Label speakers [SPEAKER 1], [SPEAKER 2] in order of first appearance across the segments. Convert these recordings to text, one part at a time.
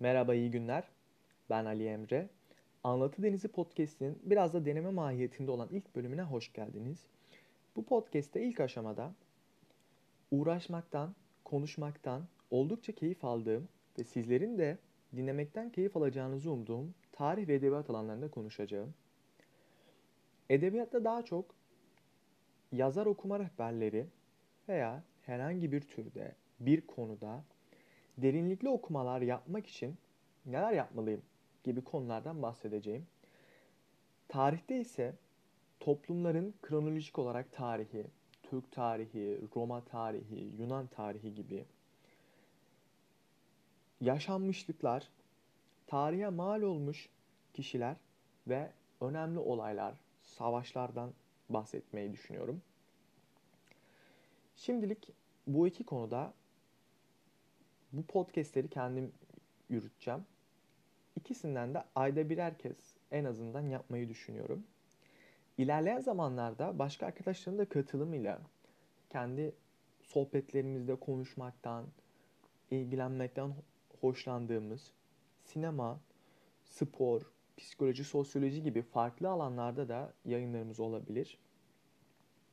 [SPEAKER 1] Merhaba, iyi günler. Ben Ali Emre. Anlatı Denizi Podcast'in biraz da deneme mahiyetinde olan ilk bölümüne hoş geldiniz. Bu podcast'te ilk aşamada uğraşmaktan, konuşmaktan oldukça keyif aldığım ve sizlerin de dinlemekten keyif alacağınızı umduğum tarih ve edebiyat alanlarında konuşacağım. Edebiyatta daha çok yazar okuma rehberleri veya herhangi bir türde, bir konuda derinlikli okumalar yapmak için neler yapmalıyım gibi konulardan bahsedeceğim. Tarihte ise toplumların kronolojik olarak tarihi, Türk tarihi, Roma tarihi, Yunan tarihi gibi yaşanmışlıklar, tarihe mal olmuş kişiler ve önemli olaylar, savaşlardan bahsetmeyi düşünüyorum. Şimdilik bu iki konuda bu podcastleri kendim yürüteceğim. İkisinden de ayda birer kez en azından yapmayı düşünüyorum. İlerleyen zamanlarda başka arkadaşların da katılımıyla kendi sohbetlerimizde konuşmaktan, ilgilenmekten hoşlandığımız sinema, spor, psikoloji, sosyoloji gibi farklı alanlarda da yayınlarımız olabilir.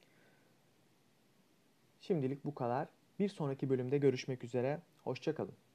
[SPEAKER 1] Şimdilik bu kadar. Bir sonraki bölümde görüşmek üzere. Hoşça kalın.